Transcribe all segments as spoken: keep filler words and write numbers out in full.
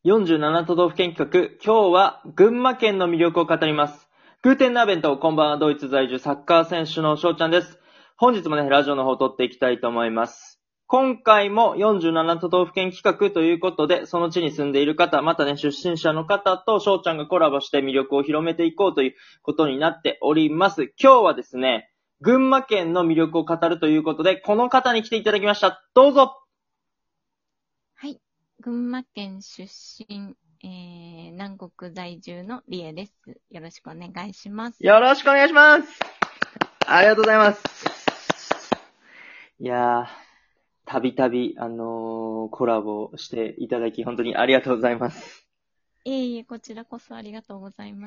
よんじゅうなな都道府県企画、今日は群馬県の魅力を語ります。グーテンナーベント、こんばんは、ドイツ在住サッカー選手の翔ちゃんです。本日もね、ラジオの方を撮っていきたいと思います。今回もよんじゅうなな都道府県企画ということで、その地に住んでいる方、またね、出身者の方と翔ちゃんがコラボして魅力を広めていこうということになっております。今日はですね、群馬県の魅力を語るということで、この方に来ていただきました。どうぞ。 はい。群馬県出身、えー、南国在住のリエです。よろしくお願いします。 よろしくお願いします。ありがとうございます。いやー、たびたび、あのー、コラボしていただき、本当にありがとうございます。 いえいえ、こちらこそありがとうございます。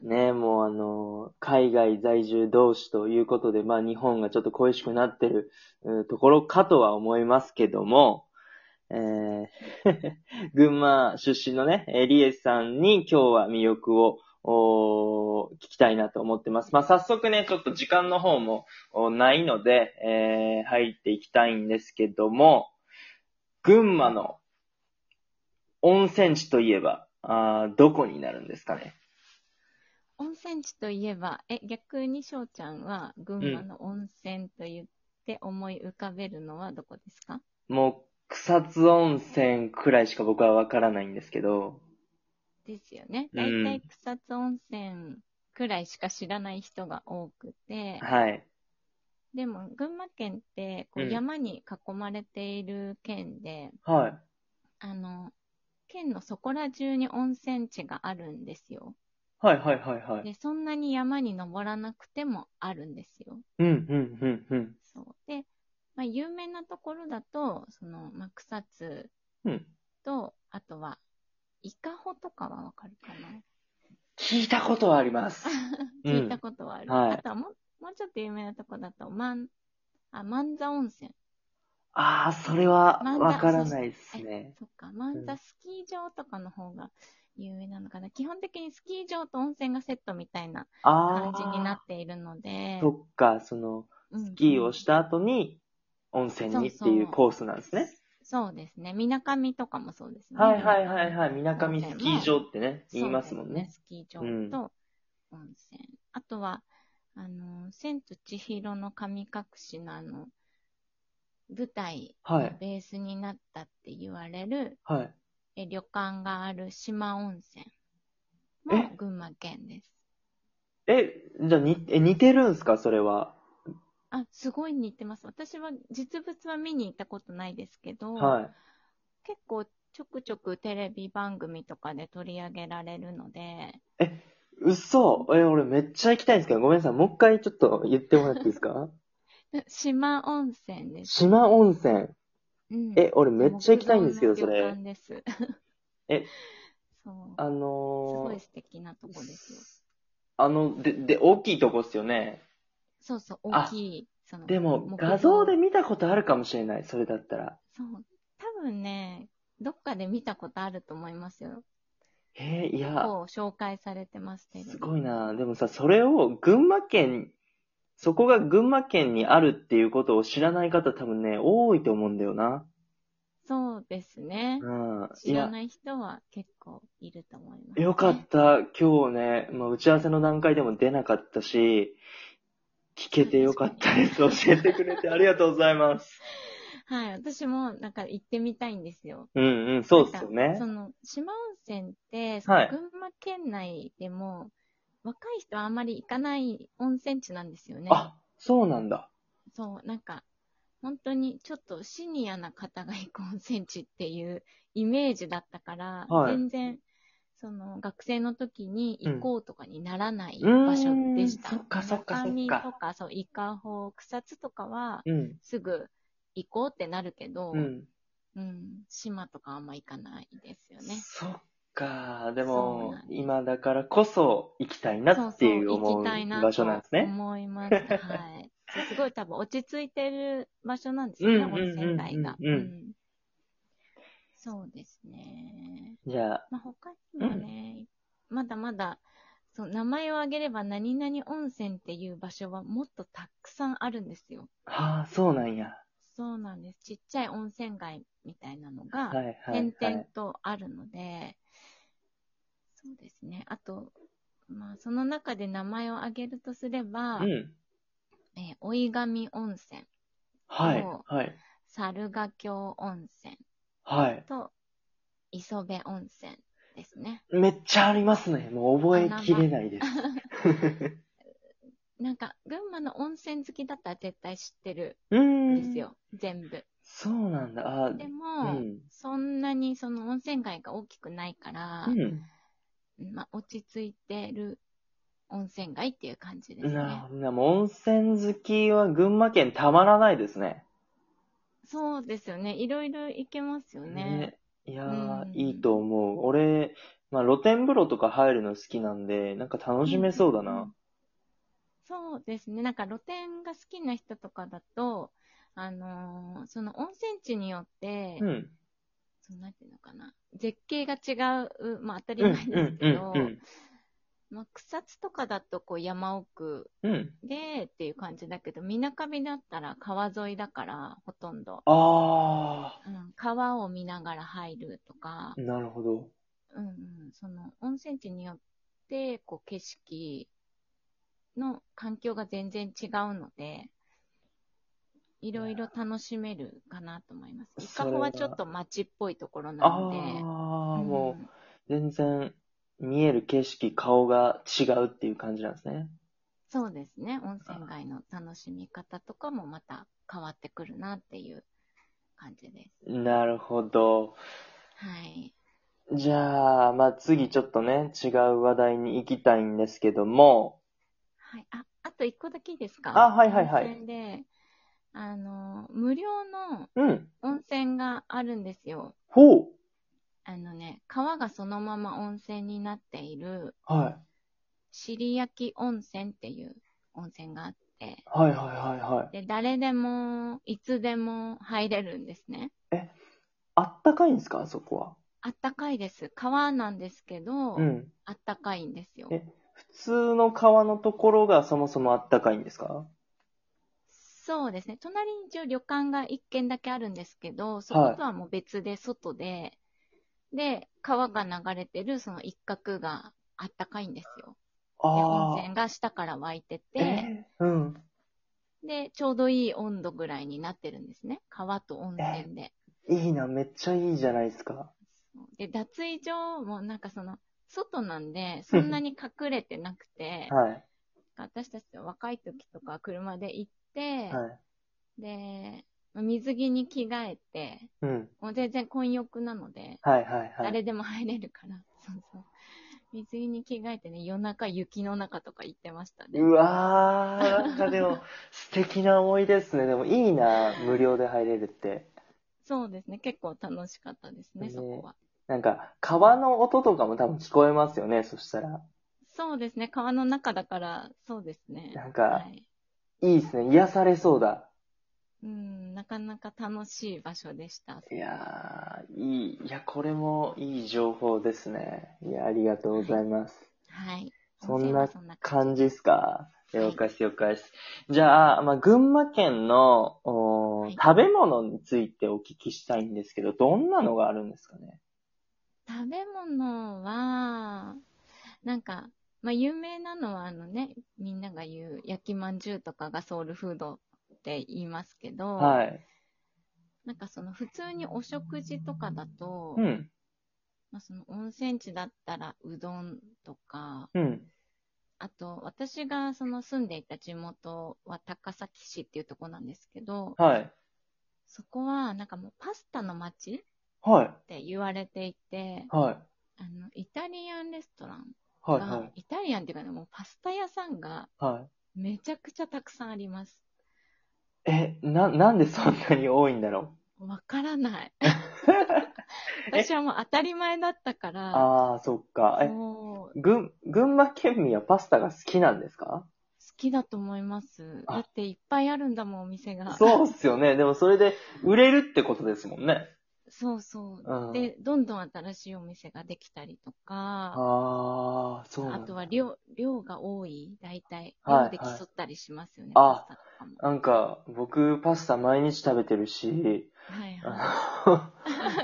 ねえ、もうあのー、海外在住同士ということで、まあ日本がちょっと恋しくなってる、うん、ところかとは思いますけども、えー、群馬出身のね、えーリエさんに今日は魅力をおー聞きたいなと思ってます。まあ、早速ね、ちょっと時間の方もおないので、えー入っていきたいんですけども、群馬の温泉地といえば、あーどこになるんですかね。 温泉地といえば、え、逆に翔ちゃんは群馬うん。 の温泉と言って思い浮かべるのはどこですか？ もう、草津温泉くらいしか僕はわからないんですけど、 ですよね。 うだいたいん。 草津温泉くらいしか知らない人が多くて、 はい。 でも群馬県ってこううん。 山に囲まれている県で、 はい。 あの、県のそこら中に温泉地があるんですよ。 はいはいはいはい。 で、そんなに山に登らなくてもあるんですよ。 うん、うん、うん、うん。 そう。で、まあ、有名なところだと、その、まあ、草津うん。 と、あとは、伊香保とかはわかるかな？ 聞いたことはあります。う聞いたん。 ことはある。 はい。 あとはもう、もうちょっと有名なとこだと、万、あ、万座温泉。 ああ、それは万座、 わかそうそう。 らないですえ、 ね。 そっか、万座うん。 スキー場とかの方が有名なのかな。基本的にスキー場と温泉がセットみたいな感じになっああ、 ているので、 そっか、その、 うんスキーをうん。 した後に温泉そうにっていうそう。 コースなんですね。 そうですね。みなかみとかもそうですね。 はいはいみなかみはいはい。みなか温みスキー泉も、 場ってね、言いそうですね。 ますもんね。 スキーうん。 場と温泉。あとは、あの、千と千尋の神隠しのあの、舞台のはい。 ベースになったって言われるはい。 え旅館がある四万温泉え、 も群馬県です。 え、じゃあに、え、似てるんすかそれは。 あ、すごい似てます。私は実物は見に行ったことないですけど、 は結構ちょくちょくテレビ番組とかで取り上げられるので、 い。え、嘘え、俺めっちゃ行きたいんですけど、ごめんなさい。もう一回ちょっと言ってもらっていいですか？ 四万温泉です島ね。 温泉。 うん。 え、俺めっちゃ行きたいん木造ですけど、その旅れ。 館です。 え、 そう。 あすごいの素敵なとー、 こですよ。 あの、で、で、大きいとこっすよね。 そうそう、大あ、 きい、その、 でも画像で木造。 見たことあるかもしれない。それだったら。 そう。多分ね、どっかで見たことあると思いますよ。 えーいや、 結構紹介されてます、テレすビで。 ごいな。でもさ、それを群馬県、そこが群馬県にあるっていうことを知らない方多分ね、多いと思うんだよな。 そうですね。 うん。いや、 知らない人は結構いると思いますよかっね。 た。今日ね、まあ、打ち合わせの段階でも出なかったし、聞けあ、 てよ確かに。 かったです。教えてくれてありがとうございます。 はい、私もなんか行ってみたいんですよ。 うんうん、そうっすなんか、 よね。 その、四万温泉って、そのはい。 群馬県内でも、若い人はあんまり行かない温泉地なんですよね。 あ、そうなんだ。 そう、なんか、本当にちょっとシニアな方が行く温泉地っていうイメージだったから、 はい。 全然、その学生の時に行うん。 こうとかにならなうい場所でーん、 した。 そっかみなそっかかみとそっか。 か、そう、伊香保、草津とかは、 うん、 すぐ行こうってなるけど、 うん。 うん、島とかあんま行かないですよね。 そっか。でそうも、 なんです。 今だからこそ行きたいなってそうそう、 いう思行きたいう場所なんでなとすね。 思います。はい。すごい多分落ち着いてる場所なんですうん、 よね、 うん、 温泉うん、 街が。 うん、うん。 うん。そうですね。 じゃあ、 まあ、他にうん。 もね、まだまだ、そう、名前を挙げれば何々温泉っていう場所はもっとたくさんあるんですよ。 はあ、そうなんや。 そうなんです。ちっちゃい温泉街みたいなのがはい、はい、 点々 はい。 とあるので、 そうですね。あと、まあ、その中で名前を挙げるとすれば、 うん。 えー、追上温泉はい。 と、 はい。 猿ヶ京温泉はい。 と、磯部温泉ですね。 めっちゃありますね。もう覚えきれ穴場。 ないです。 なんか、群馬の温泉好きだったら絶対知ってるうーん。 んですよ。全部。 そうなんだ。あ、 でうも、 ん。 そんなにその温泉街が大きくないから、 うん。 まあ、落ち着いてる温泉街っていう感じですね。 なるほどね。もう温泉好きは群馬県たまらないですね。 そうですよね。いろいろ行けますよね。 ね。いやうー、いいん。 と思う。俺、まあ露天風呂とか入るの好きなんで、なんか楽うんしめそうだな。 うんうん。そうですね。なんか露天が好きな人とかだと、あのーその温泉地によって、 うん。 そのなんていうのかな、絶景が違う、まあ当たりうん、 前ですうん、うん、うけど、 ん。 まあ草津とかだとこう山奥うん。 でっていう感じだけど、みなかみだったら川沿いだから、ほとんど。 あうん、川を見ながら入るとか、 ー、なるほど。 うんうん、その温泉地によって、こう景色の環境が全然違うので、いいや、 ろいろ楽しめるかなと思います。伊香それ保はちょっは、 と街っぽいところなので、うあー、もう、 ん、 全然、見える景色、顔が違うっていう感じなんですね。 そうですね。温泉街の楽しみ方とかもまた変わってくるなっていう感じです。 なるほど。 はい。 じゃあ、まあ次ちょっとね、違う話題に行きたいんですけども。 はい。あ、あと一個だけいいですか？ あ、はいはい温はい。 泉で、あの、無料のうん。 温泉があるんですよ。 ほう。 あのね、川がそのまま温泉になっている、 はい。 尻焼温泉っていう温泉があって、 はいはいはいはで、誰でも、いつでも入れるんですね。 い。え、あったかいんですか、そこは。 あったかいです。川なんですけど、 うん。 あったかいんですよ。 え、普通の川のところがそもそもあったかいんですか？ そうですね。隣に一応旅館が一軒だけあるんですけど、そこはい。 とはもう別で外で、で、川が流れてるその一角があったかいんですよ。で、温あ泉が下から湧いてー、 て、 えー、うん。 で、ちょうどいい温度ぐらいになってるんですね。川と温え、 泉で。 いいな、めっちゃいいじゃないですか。 で、脱衣所もなんかその、外なんで、そんなに隠れてなくて、 はい。 私たち若い時とか車で行って、 はい。 で、水着に着替えて、 うん。 もう全然混浴なので、 はいはいはい。 誰でも入れるから、そうそう。水着に着替えてね、夜中雪の中とか行ってましたね。 うわー、なんかでも素敵な思い出ですね。でもいいな、無料で入れるって。 そうですね。結構楽しかったですね、そこね、 は。 なんか川の音とかも多分聞こえますよね、そしたら。 そうですね。川の中だから、そうですね。 なんか、 はい。 いいですね。癒されそうだ。 うん、なかなか楽しい場所でした、そいこは。 やー、いい。いや、これもいい情報ですね。いや、ありがとうごはい。 ざいます。 はい。温そんな泉はそんな感じ感じっです。 すか？ はい。 了解です、了解です。じゃあ、まあ、群馬県の、おーはい。 食べ物についてお聞きしたいんですけど、どんなのがあるんですかね？ 食べ物は、なんか、まあ、有名なのは、あのね、みんなが言う焼きまんじゅうとかがソウルフードって言いますけど、 はい。 なんかその普通にお食事とかだと、 うん、 まあ、その温泉地だったらうどんとか、 うん。 あと私がその住んでいた地元は高崎市っていうとこなんですけど、 はい。 そこはなんかもうパスタの街っはい。 て言われていて、 はい。 あの、イタリアンレストランはい。はが、 い。 イタリアンっていうかね、もうパスタ屋さんがはめちゃくちゃたくさんあります。 い。え、な、なんでそんなに多いんだろわからない。 う。え、 私はもう当たり前だったから、 ああ、そっか。え、 もう、 群、群馬県民はパスタが好きなんですか？ 好きだと思います。だあ、 っていっぱいあるんだもん、お店が。 そうっすよね。でもそれで売れるってことですもんね。 そうそう。 うん。あで、どんどん新しいお店ができたりとか、 あ、そうあなんだ。 とは量、量が多い、大体。量ではいはい。 競ったりしますよね、パスあ、 タとかも。 なんか僕パスタ毎日食べてるし、 はいはい。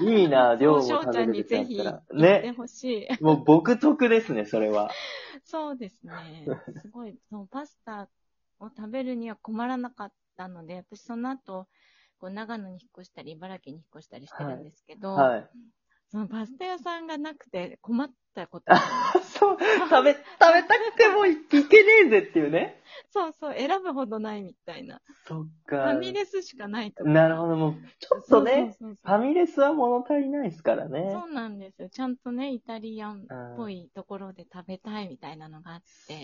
いいな、量もそう、翔ちゃん食べれるにぜひってなったら。 行ってね。 ほしい。 もう僕得ですね、それは。 そうですね。すごい、そのパスタを食べるには困らなかったので、私その後、こう長野に引っ越したり、茨城に引っ越したりしてるんですけど、 はい。 そのパスタ屋さんがなくて困ったことがありまあ、 す。 そう、食べ、食べたくてもいけねえぜっていうね。 そうそう、選ぶほどないみたいな。 そっフか。 ァミレスしかないとか。 なるほど、もう、ちょっとそうそうね、 そうそう。 ファミレスは物足りないですからね。 そうなんですよ。ちゃんとね、イタリアンっぽうん、 いところで食べたいみたいなのがあって、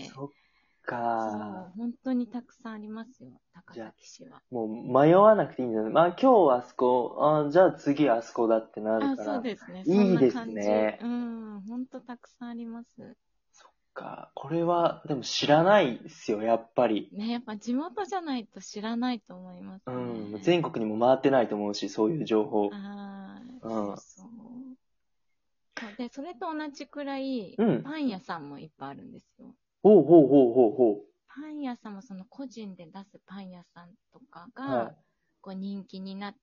そっそう、 か。 本当にたくさんありますよ、高じゃあ、 崎市は。 もう迷わなくていいんだよね。まあ今日あそこ、あ、じゃあ次あそこだってなるあ、 から、 そうですね。そんないいです感じ。 ね。 うん、本当たくさんあります。 そっか。これは、でも知らないですよ、やっぱり。 ね、やっぱ地元じゃないと知らないと思いますうん。 ね。 全国にも回ってないと思うし、そういう情報。 ああ、 うん。 そうそう。そうで、それと同じくらい、 うん。 パン屋さんもいっぱいあるんですよ。 ほうほうほうほうほパン屋さんもその個人で出すパン屋さんとかう。はが、こう人気になって、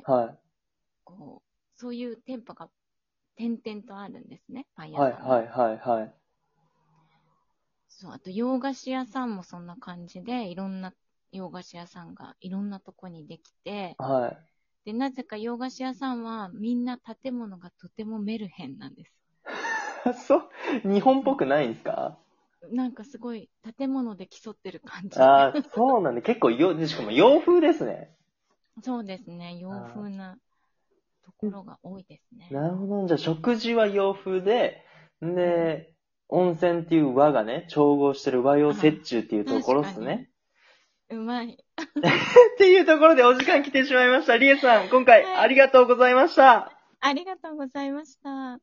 い。はい。 こう、そういう店舗が点々とあるんですね、パン屋はいさんも。 はいはいはい。 そう、あと洋菓子屋さんもそんな感じで、いろんな洋菓子屋さんがいろんなとこにできて、 はい。 で、なぜか洋菓子屋さんはみんな建物がとてもメルヘンなんです。 そう、日本っそう。 ぽくないんですか？ なんかすごい建物で競ってる感じ。 ああ、そうなんで、結構よ、しかも洋風ですね。 そうですね、洋あ風なところが多いですーなね。 るほど。じゃあ食事は洋風で、んうん、 で、温泉っていう和がね、調合してる和洋折あ、 衷っていうとこ確かに。 ろっすね。 うまい。 っていうところでお時間来てしまいました。りえさん、今回あはい。 りがとうございました。 ありがとうございました。